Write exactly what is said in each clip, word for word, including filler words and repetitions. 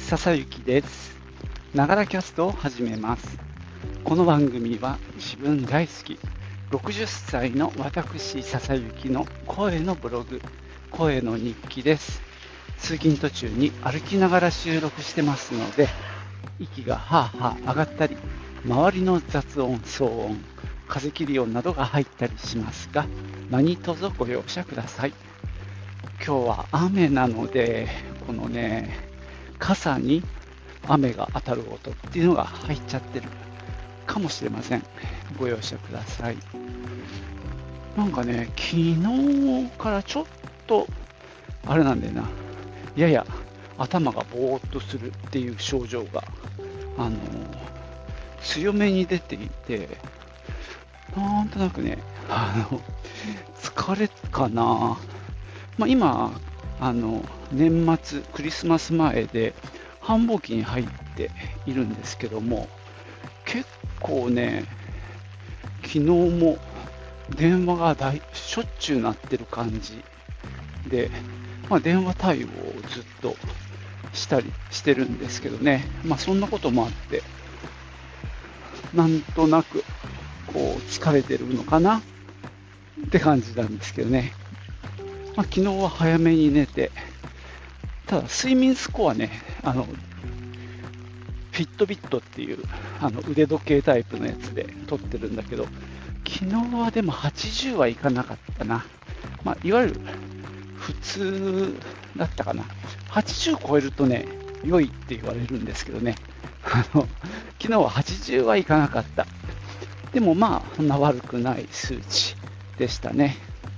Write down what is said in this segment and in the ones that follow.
笹幸です。ながらキャストを始めます。この番組は自分大好きろくじゅっさいの私笹幸の声のブログ、声の日記です。通勤途中に歩きながら収録してますので、息がはあはあ上がったり、周りの雑音、騒音、風切り音などが入ったりしますが、何卒ご容赦ください。今日は雨なので、このね、傘に雨が当たる音っていうのが入っちゃってるかもしれません。ご容赦ください。なんかね、昨日からちょっとあれなんだよな、やや頭がぼーっとするっていう症状があの強めに出ていて、なんとなくね、あの疲れかな。まあ、今あの年末クリスマス前で繁忙期に入っているんですけども、結構ね、昨日も電話が大しょっちゅう鳴ってる感じで、まあ、電話対応をずっとしたりしてるんですけどね、まあ、そんなこともあってなんとなくこう疲れてるのかなって感じなんですけどね。まあ、昨日は早めに寝て、ただ睡眠スコアね、あのフィットビットっていうあの腕時計タイプのやつで取ってるんだけど、昨日はでもはちじゅうはいかなかったな。まあ、いわゆる普通だったかな。はちじゅう超えるとね、良いって言われるんですけどね、あの昨日ははちじゅうはいかなかった。でもまあそんな悪くない数値でしたね。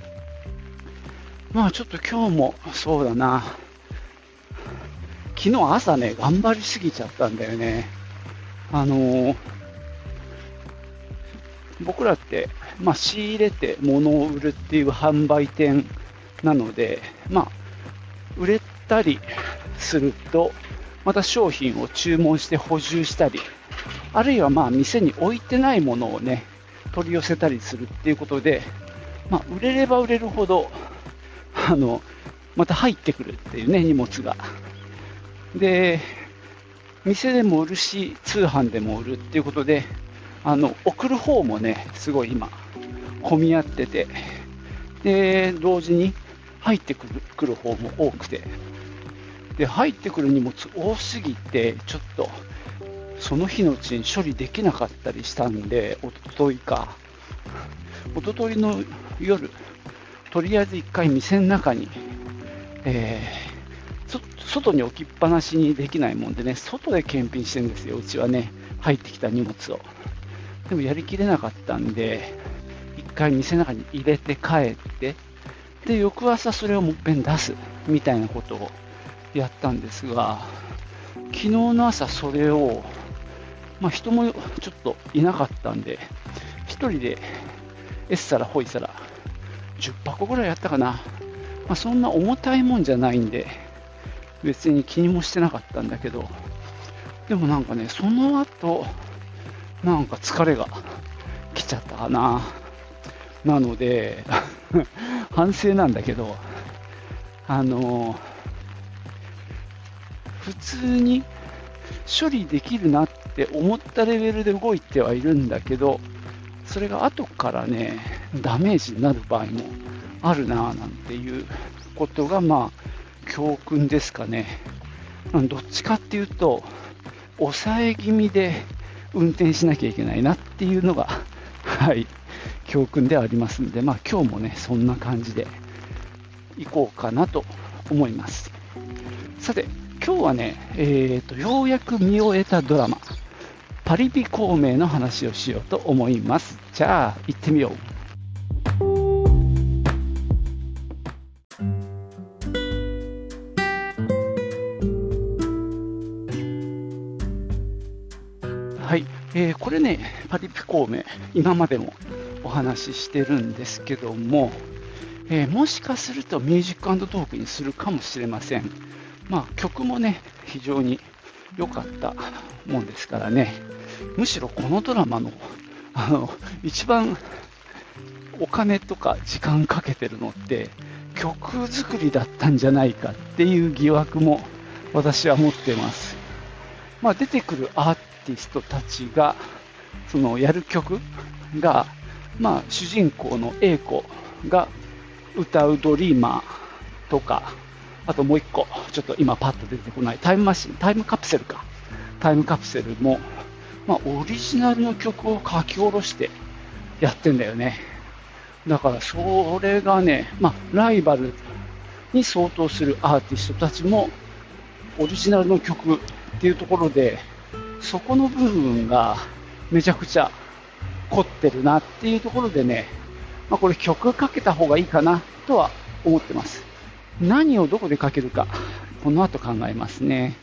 まあちょっと今日もそうだな、昨日朝ね、頑張りすぎちゃったんだよね。あのー、僕らって、まあ、仕入れて物を売るっていう販売店なので、まあ、売れたりすると、また商品を注文して補充したり、あるいはまあ店に置いてないものをね、取り寄せたりするっていうことで、まあ、売れれば売れるほど、あの、また入ってくるっていうね、荷物が。で、店でも売るし、通販でも売るっていうことで、あの送る方もね、すごい今、混み合ってて、で、同時に入ってくる、くる方も多くて、で、入ってくる荷物多すぎて、ちょっと、その日のうちに処理できなかったりしたんで、おとといか、おとといの夜、とりあえず一回店の中に、えー、外に置きっぱなしにできないもんでね、外で検品してるんですよ、うちはね、入ってきた荷物を。でもやりきれなかったんで、一回店の中に入れて帰って、で、翌朝それをもっぺん出すみたいなことをやったんですが、昨日の朝それを、まあ人もちょっといなかったんで、一人でエッサラホイサラじゅっぱこぐらいやったかな。まあ、そんな重たいもんじゃないんで、別に気にもしてなかったんだけど、でもなんかね、その後、なんか疲れが来ちゃったかな。なので、反省なんだけど、あの、普通に処理できるなって思ったレベルで動いてはいるんだけど、それが後からね、ダメージになる場合もあるなぁなんていうことが、まあ、教訓ですかね。どっちかっていうと、抑え気味で運転しなきゃいけないなっていうのが、はい、教訓ではありますので、まあ今日もね、そんな感じでいこうかなと思います。さて、今日はね、えーと、ようやく見終えたドラマ、パリピ孔明の話をしようと思います。じゃあ、行ってみよう。はい、えー、これね、パリピ孔明、今までもお話ししてるんですけども、えー、もしかするとミュージック&トークにするかもしれません。まあ、曲もね、非常に良かったもんですからね、むしろこのドラマの、あの、一番お金とか時間かけてるのって、曲作りだったんじゃないかっていう疑惑も私は持ってます。 まあ、出てくるアーティストたちがそのやる曲が、まあ、主人公の A 子が歌うドリーマーとか、あともう一個ちょっと今パッと出てこないタイムマシン、タイムカプセルか、タイムカプセルも、まあ、オリジナルの曲を書き下ろしてやってんだよね。だからそれがね、まあ、ライバルに相当するアーティストたちもオリジナルの曲っていうところで、そこの部分がめちゃくちゃ凝ってるなっていうところでね、まあ、これ曲かけた方がいいかなとは思ってます。何をどこでかけるか、この後考えますね。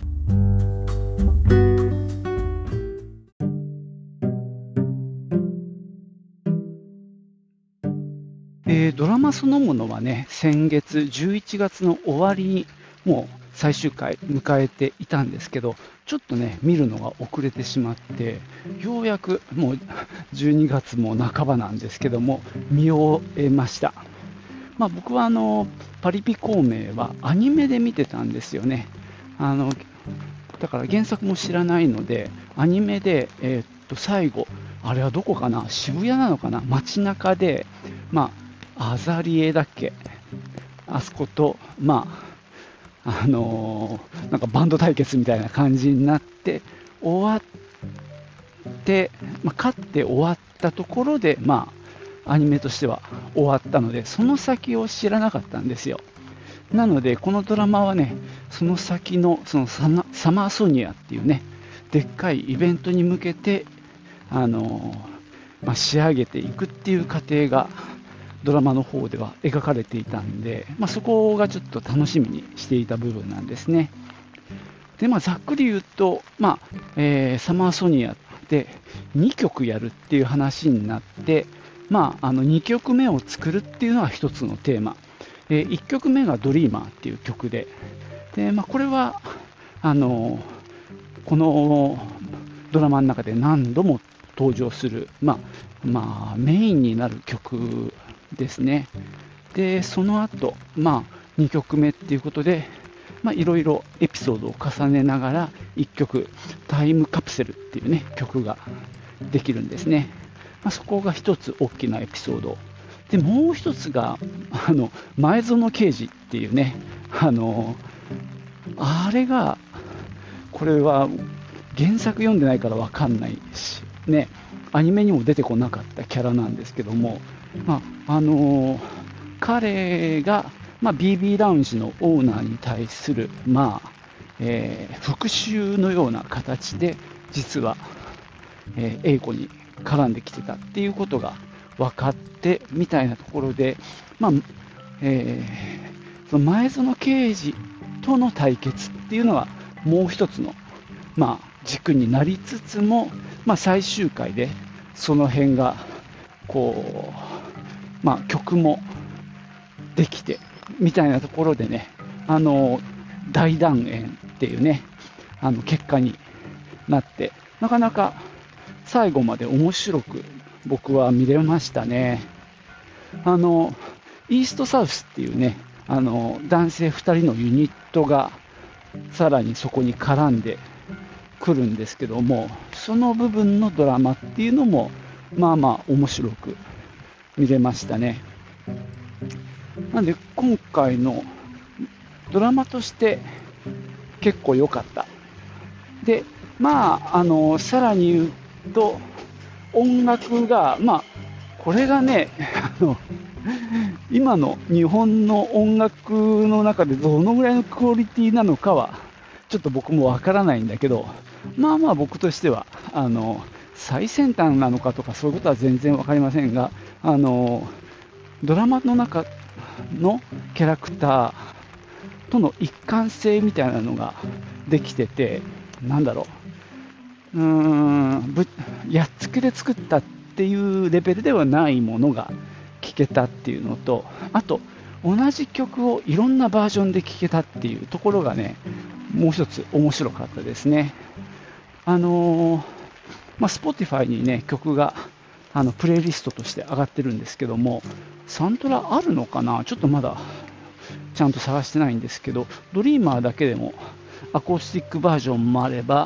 えー、ドラマそのものはね、先月じゅういちがつの終わりにもう最終回迎えていたんですけど、ちょっとね見るのが遅れてしまって、ようやくもうじゅうにがつも半ばなんですけども見終えました。まあ、僕はあのパリピ孔明はアニメで見てたんですよね。あのだから原作も知らないので、アニメで、えーっと最後あれはどこかな、渋谷なのかな、街中で、まあ、アザリエだっけ、あそこと、まああのーなんかバンド対決みたいな感じになって終わって、まあ、勝って終わったところで、まあ、アニメとしては終わったので、その先を知らなかったんですよ。なのでこのドラマはね、その先のそのサマサマーソニアっていうね、でっかいイベントに向けて、あのーまあ、仕上げていくっていう過程がドラマの方では描かれていたんで、まあ、そこがちょっと楽しみにしていた部分なんですね。で、まあ、ざっくり言うと、まあえーサマーソニアでにきょくやるっていう話になって、まあ、あのにきょくめを作るっていうのは一つのテーマ、えーいっきょくめがドリーマーっていう曲で、で、まあ、これはあのこのドラマの中で何度も登場する、まあまあ、メインになる曲ですね。で、その後、まあ、にきょくめっていうことで、まあ、いろいろエピソードを重ねながらいっきょくタイムカプセルっていうね曲ができるんですね。まあ、そこが一つ大きなエピソードで、もう一つがあの前園刑事っていうね、あのあれが、これは原作読んでないから分かんないしね、アニメにも出てこなかったキャラなんですけども、まああのー彼が、まあ、ビービー ラウンジのオーナーに対する、まあえー復讐のような形で実は、えー、A 子に絡んできてたっていうことが分かってみたいなところで、まあえーその前園刑事との対決っていうのはもう一つの、まあ、軸になりつつも、まあ、最終回でその辺がこう、まあ、曲もできてみたいなところでね、あの大団円っていうね、あの結果になって、なかなか最後まで面白く僕は見れましたね。あのイーストサウスっていうね、あの男性ふたりのユニットがさらにそこに絡んでくるんですけども、その部分のドラマっていうのもまあまあ面白く見れましたね。なんで今回のドラマとして結構良かった。で、まあ、あのさらに言うと音楽が、まあ、これがねあの今の日本の音楽の中でどのぐらいのクオリティなのかはちょっと僕もわからないんだけど、まあまあ僕としてはあの最先端なのかとかそういうことは全然わかりませんが、あのドラマの中のキャラクターとの一貫性みたいなのができてて、なんだろう、うーんぶやっつけで作ったっていうレベルではないものが聴けたっていうのと、あと同じ曲をいろんなバージョンで聴けたっていうところがね、もう一つ面白かったですね。あのーまあ、Spotify にね曲があのプレイリストとして上がってるんですけども、サントラあるのかな、ちょっとまだちゃんと探してないんですけど、ドリーマーだけでもアコースティックバージョンもあれば、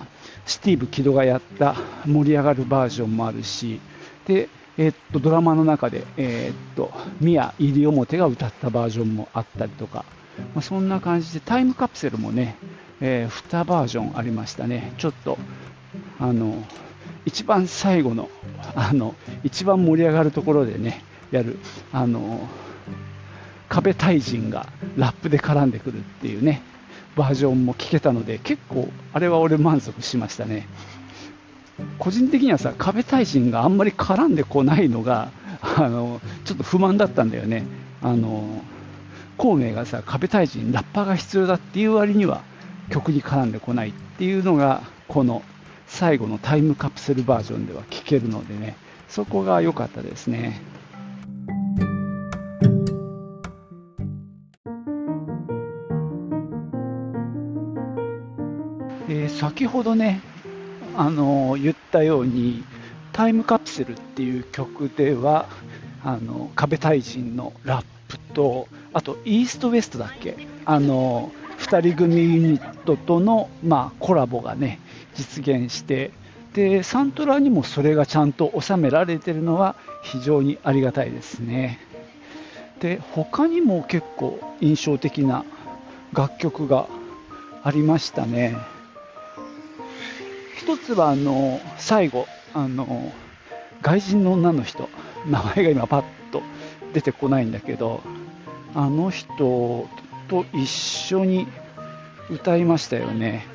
スティーブ・キドがやった盛り上がるバージョンもあるし、で、えっと、ドラマの中で、えっと、宮西表が歌ったバージョンもあったりとか、まあ、そんな感じでタイムカプセルもね、えー、にバージョンありましたね。ちょっとあの一番最後のあの一番盛り上がるところでねやるあの壁対人がラップで絡んでくるっていうねバージョンも聞けたので、結構あれは俺満足しましたね。個人的にはさ、壁対人があんまり絡んでこないのがあのちょっと不満だったんだよね。あの孔明がさ、壁対人ラッパーが必要だっていう割には曲に絡んでこないっていうのがこの最後のタイムカプセルバージョンでは聴けるのでね、そこが良かったですね。えー、先ほどね、あのー言ったようにタイムカプセルっていう曲ではあの壁対人のラップと、あとイーストウエストだっけ、あのふたり組ユニットとの、まあ、コラボがね実現して、でサントラにもそれがちゃんと収められているのは非常にありがたいですね。で他にも結構印象的な楽曲がありましたね。一つはあの最後あの外人の女の人、名前が今パッと出てこないんだけど、あの人と一緒に歌いましたよね。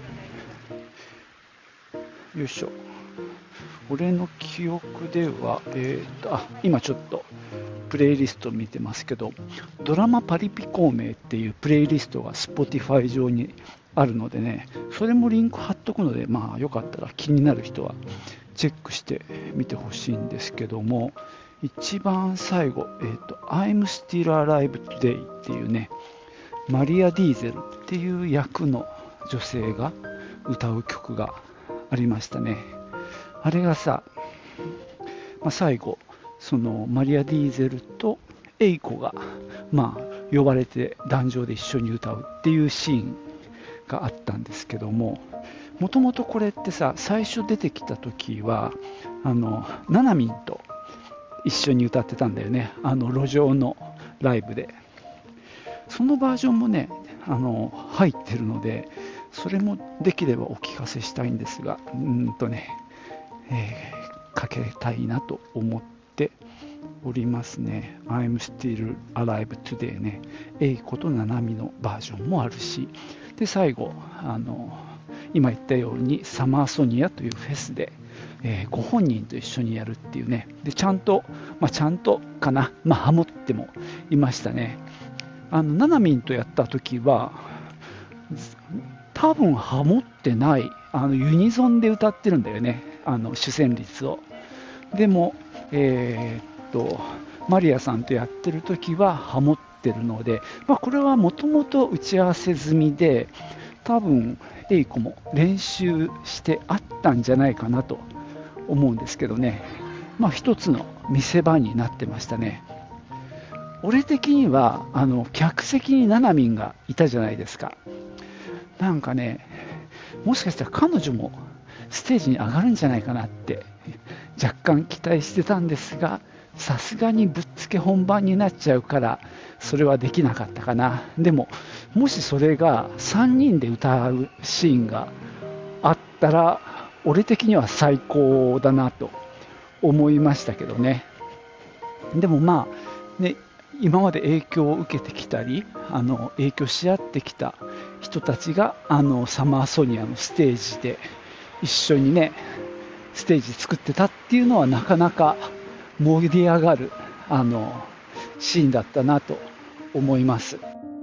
よいしょ。俺の記憶では、えーと、あ、今ちょっとプレイリスト見てますけど、ドラマパリピ孔明っていうプレイリストが Spotify 上にあるのでね、それもリンク貼っとくので、まあよかったら気になる人はチェックしてみてほしいんですけども、一番最後、えーと、I'm Still Alive Today っていうね、マリア・ディーゼルっていう役の女性が歌う曲がありましたね。あれがさ、まあ、最後そのマリア・ディーゼルとエイコが、まあ、呼ばれて壇上で一緒に歌うっていうシーンがあったんですけども、もともとこれってさ、最初出てきた時はあのナナミンと一緒に歌ってたんだよね、あの路上のライブで。そのバージョンもねあの入ってるので、それもできればお聞かせしたいんですが、うんとね、えー、かけたいなと思っておりますね。 I'm Still Alive Today ね、エイコとナナミのバージョンもあるし、で最後あの今言ったようにサマーソニアというフェスで、えーご本人と一緒にやるっていうね、でちゃんと、まあ、ちゃんとかな、まあ、ハモってもいましたね。あのナナミンとやった時は多分ハモってない、あのユニゾンで歌ってるんだよね、あの主旋律を。でも、えーっとマリアさんとやってる時はハモってるので、まあ、これはもともと打ち合わせ済みで、多分エイコも練習してあったんじゃないかなと思うんですけどね、まあ、一つの見せ場になってましたね。俺的にはあの客席にナナミンがいたじゃないですか。なんかね、もしかしたら彼女もステージに上がるんじゃないかなって若干期待してたんですが、さすがにぶっつけ本番になっちゃうからそれはできなかったかな。でももしそれがさんにんで歌うシーンがあったら俺的には最高だなと思いましたけどね。でもまあね、今まで影響を受けてきたりあの影響し合ってきた人たちがあのサマーソニアのステージで一緒にねステージ作ってたっていうのはなかなか盛り上がるあのシーンだったなと思います。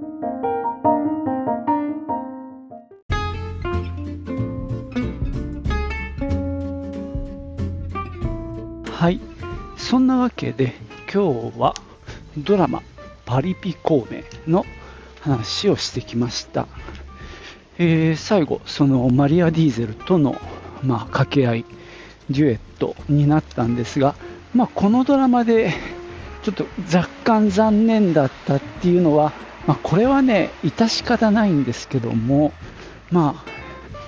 はい、そんなわけで今日はドラマパリピ孔明の話をしてきました。えー、最後そのマリア・ディーゼルとの、まあ、掛け合いデュエットになったんですが、まあ、このドラマでちょっと若干残念だったっていうのは、まあ、これはね致し方ないんですけども、まあ、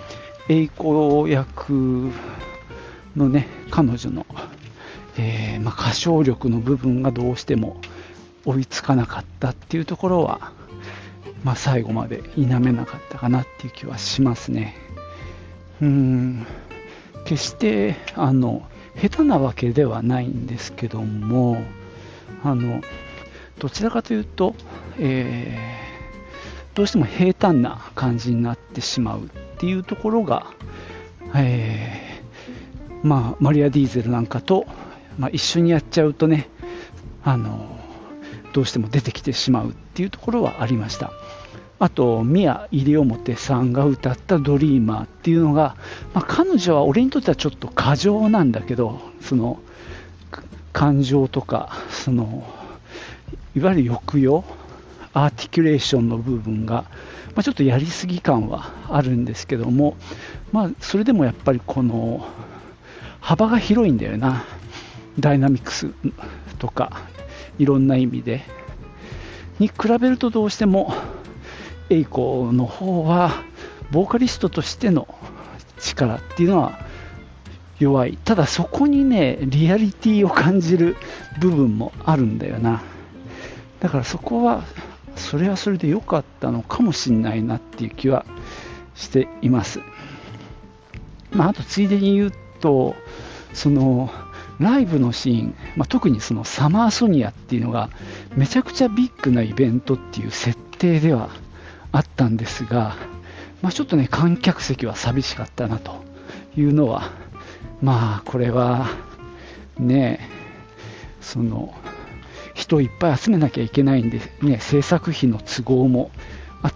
栄光役のね彼女の、えーまあ、歌唱力の部分がどうしても追いつかなかったっていうところは、まあ、最後まで否めなかったかなっていう気はしますね。うーん決してあの下手なわけではないんですけども、あのどちらかというと、えー、どうしても平坦な感じになってしまうっていうところが、えーまあ、マリア・ディーゼルなんかと、まあ、一緒にやっちゃうとね、あのどうしても出てきてしまうっていうところはありました。あと宮西表さんが歌ったドリーマーっていうのが、まあ、彼女は俺にとってはちょっと過剰なんだけど、その感情とかそのいわゆる抑揚アーティキュレーションの部分が、まあ、ちょっとやりすぎ感はあるんですけども、まあ、それでもやっぱりこの幅が広いんだよな。ダイナミクスとかいろんな意味でに比べるとどうしてもエイコの方はボーカリストとしての力っていうのは弱い。ただそこにねリアリティを感じる部分もあるんだよな。だからそこはそれはそれで良かったのかもしれないなっていう気はしています。まあ、あとついでに言うとそのライブのシーン、まあ、特にそのサマーソニアっていうのがめちゃくちゃビッグなイベントっていう設定ではあったんですが、まあ、ちょっとね観客席は寂しかったなというのは、まあこれはねその人をいっぱい集めなきゃいけないんで、ね、制作費の都合もあって、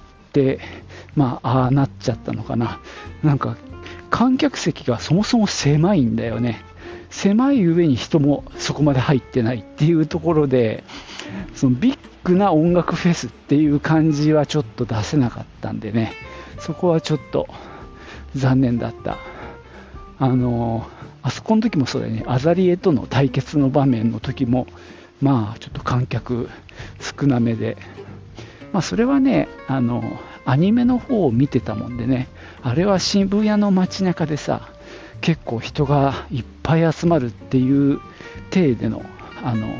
まあああなっちゃったのかな。なんか観客席がそもそも狭いんだよね。狭い上に人もそこまで入ってないっていうところで、そのビッグな音楽フェスっていう感じはちょっと出せなかったんでね、そこはちょっと残念だった。あのあそこの時もそうだよね、アザリエとの対決の場面の時もまあちょっと観客少なめで、まあそれはねあのアニメの方を見てたもんでね、あれは渋谷の街中でさ結構人がいっぱい集まるっていう体でのあの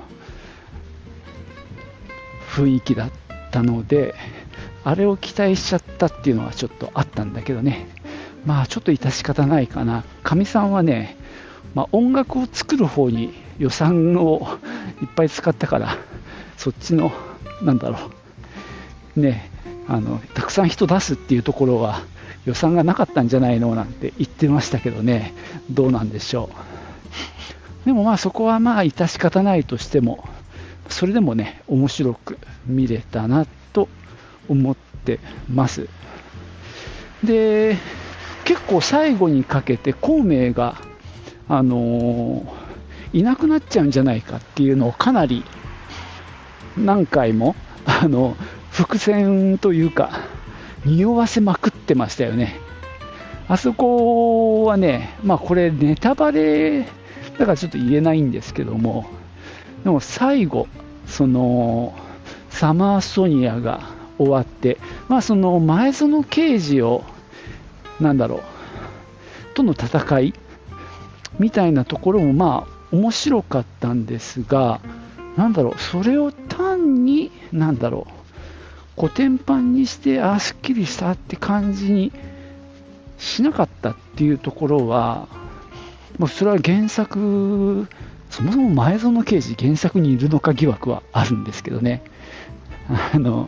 雰囲気だったので、あれを期待しちゃったっていうのはちょっとあったんだけどね、まあちょっと致し方ないかな。かみさんはね、まあ、音楽を作る方に予算をいっぱい使ったから、そっちのなんだろうね、あのたくさん人出すっていうところは予算がなかったんじゃないのなんて言ってましたけどね、どうなんでしょう。でもまあそこはまあ致し方ないとしても、それでもね面白く見れたなと思ってます。で結構最後にかけて孔明があのー、いなくなっちゃうんじゃないかっていうのをかなり何回もあの伏線というか匂わせまくってましたよね。あそこはね、まあこれネタバレだからちょっと言えないんですけども、でも最後そのサマーソニアが終わって、まあその前園刑事をなんだろうとの戦いみたいなところもまあ面白かったんですが、なんだろうそれを単になんだろうコテンパンにしてあすっきりしたって感じにしなかったっていうところは、もうそれは原作そもそも前園刑事原作にいるのか疑惑はあるんですけどね。あの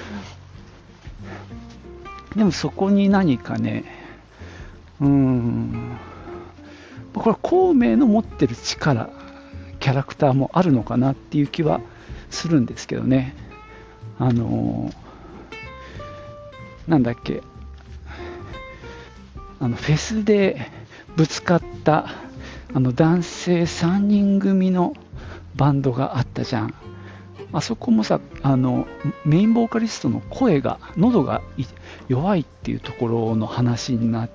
でもそこに何かね、うーんこれは孔明の持ってる力キャラクターもあるのかなっていう気はするんですけどね。あのなんだっけあのフェスでぶつかったあの男性さんにん組のバンドがあったじゃん。あそこもさあのメインボーカリストの声が喉が弱いっていうところの話になって、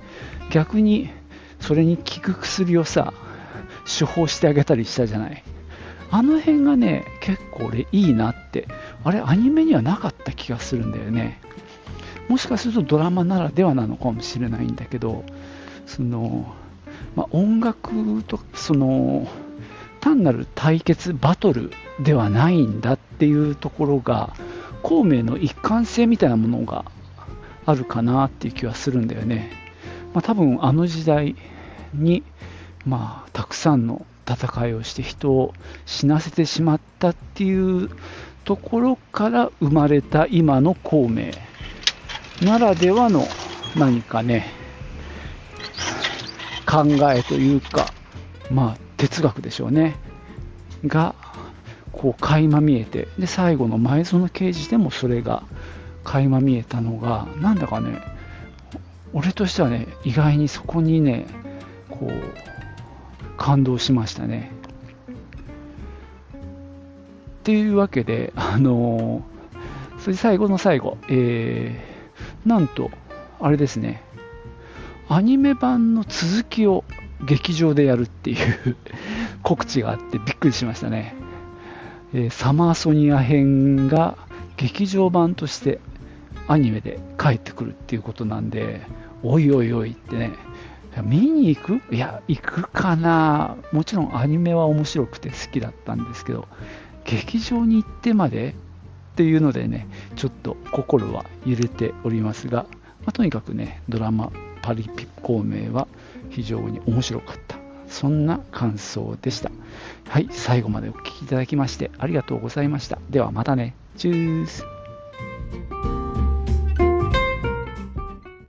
逆にそれに効く薬をさ処方してあげたりしたじゃない。あの辺がね結構俺いいなって、あれアニメにはなかった気がするんだよね。 もしかするとドラマならではなのかもしれないんだけど、その、まあ、音楽とその単なる対決バトルではないんだっていうところが、孔明の一貫性みたいなものがあるかなっていう気はするんだよね。まあ、多分あの時代に、まあ、たくさんの戦いをして人を死なせてしまったっていうところから生まれた今の孔明ならではの何かね、考えというか、まあ哲学でしょうねがこう垣間見えて、で最後の前園刑事でもそれが垣間見えたのが、なんだかね、俺としてはね、意外にそこにね、こう感動しましたね。っていうわけで、あのー、それ最後の最後、えー、なんとあれですね、アニメ版の続きを劇場でやるっていう告知があってびっくりしましたね。えー、サマーソニア編が劇場版としてアニメで帰ってくるっていうことなんで、おいおいおいってね、見に行く？いや、行くかな。もちろんアニメは面白くて好きだったんですけど、劇場に行ってまでっていうのでね、ちょっと心は揺れておりますが、まあ、とにかくね、ドラマパリピ孔明は非常に面白かった。そんな感想でした。はい、最後までお聞きいただきましてありがとうございました。ではまたね。チュース。